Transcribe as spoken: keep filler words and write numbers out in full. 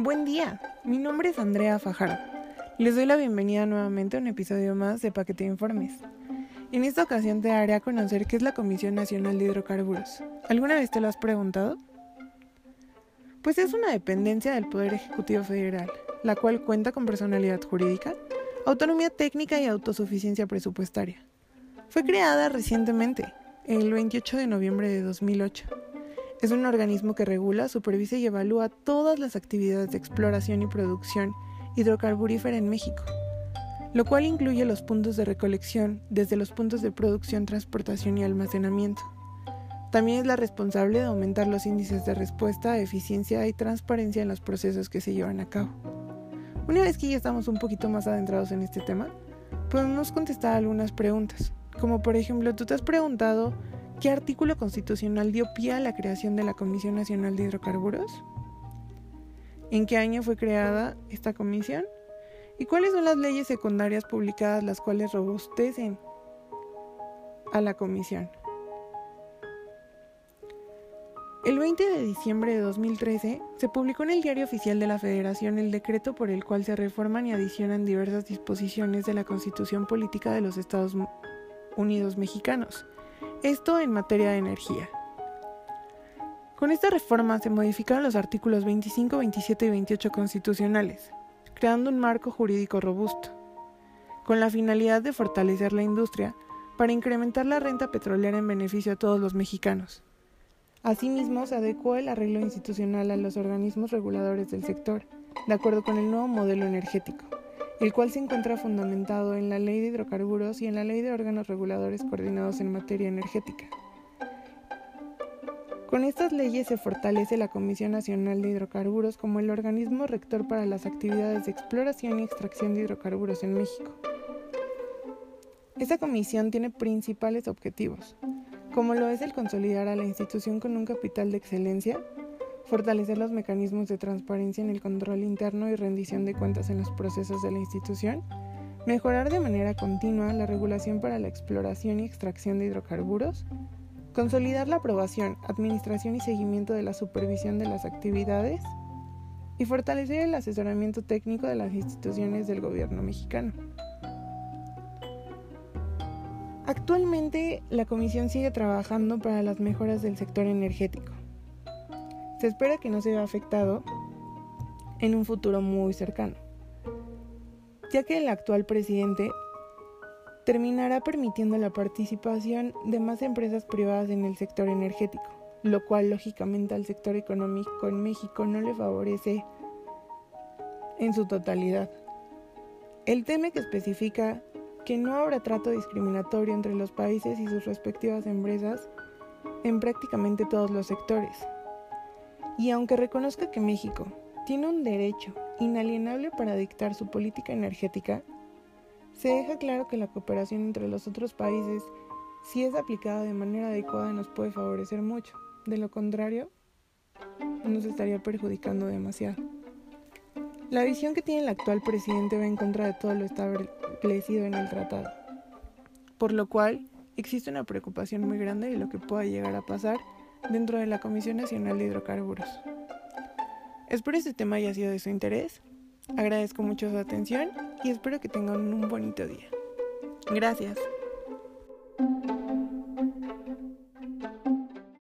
Buen día, mi nombre es Andrea Fajardo. Les doy la bienvenida nuevamente a un episodio más de Paquete de Informes. En esta ocasión te haré a conocer qué es la Comisión Nacional de Hidrocarburos. ¿Alguna vez te lo has preguntado? Pues es una dependencia del Poder Ejecutivo Federal, la cual cuenta con personalidad jurídica, autonomía técnica y autosuficiencia presupuestaria. Fue creada recientemente, el veintiocho de noviembre de dos mil ocho. Es un organismo que regula, supervisa y evalúa todas las actividades de exploración y producción hidrocarburífera en México, lo cual incluye los puntos de recolección, desde los puntos de producción, transportación y almacenamiento. También es la responsable de aumentar los índices de respuesta, eficiencia y transparencia en los procesos que se llevan a cabo. Una vez que ya estamos un poquito más adentrados en este tema, podemos contestar algunas preguntas, como por ejemplo, ¿tú te has preguntado qué artículo constitucional dio pie a la creación de la Comisión Nacional de Hidrocarburos? ¿En qué año fue creada esta comisión? ¿Y cuáles son las leyes secundarias publicadas las cuales robustecen a la comisión? El veinte de diciembre de dos mil trece se publicó en el Diario Oficial de la Federación el decreto por el cual se reforman y adicionan diversas disposiciones de la Constitución Política de los Estados Unidos Mexicanos, esto en materia de energía. Con esta reforma se modificaron los artículos veinticinco, veintisiete y veintiocho constitucionales, creando un marco jurídico robusto, con la finalidad de fortalecer la industria para incrementar la renta petrolera en beneficio a todos los mexicanos. Asimismo, se adecuó el arreglo institucional a los organismos reguladores del sector, de acuerdo con el nuevo modelo energético, el cual se encuentra fundamentado en la Ley de Hidrocarburos y en la Ley de Órganos Reguladores Coordinados en Materia Energética. Con estas leyes se fortalece la Comisión Nacional de Hidrocarburos como el organismo rector para las actividades de exploración y extracción de hidrocarburos en México. Esta comisión tiene principales objetivos, como lo es el consolidar a la institución con un capital de excelencia, fortalecer los mecanismos de transparencia en el control interno y rendición de cuentas en los procesos de la institución, mejorar de manera continua la regulación para la exploración y extracción de hidrocarburos, consolidar la aprobación, administración y seguimiento de la supervisión de las actividades y fortalecer el asesoramiento técnico de las instituciones del gobierno mexicano. Actualmente, la comisión sigue trabajando para las mejoras del sector energético. Se espera que no se vea afectado en un futuro muy cercano, ya que el actual presidente terminará permitiendo la participación de más empresas privadas en el sector energético, lo cual lógicamente al sector económico en México no le favorece en su totalidad. El T M E C especifica que no habrá trato discriminatorio entre los países y sus respectivas empresas en prácticamente todos los sectores. Y aunque reconozca que México tiene un derecho inalienable para dictar su política energética, se deja claro que la cooperación entre los otros países, si es aplicada de manera adecuada, nos puede favorecer mucho. De lo contrario, nos estaría perjudicando demasiado. La visión que tiene el actual presidente va en contra de todo lo establecido en el tratado, por lo cual existe una preocupación muy grande de lo que pueda llegar a pasar dentro de la Comisión Nacional de Hidrocarburos. Espero este tema haya sido de su interés. Agradezco mucho su atención y espero que tengan un bonito día. Gracias.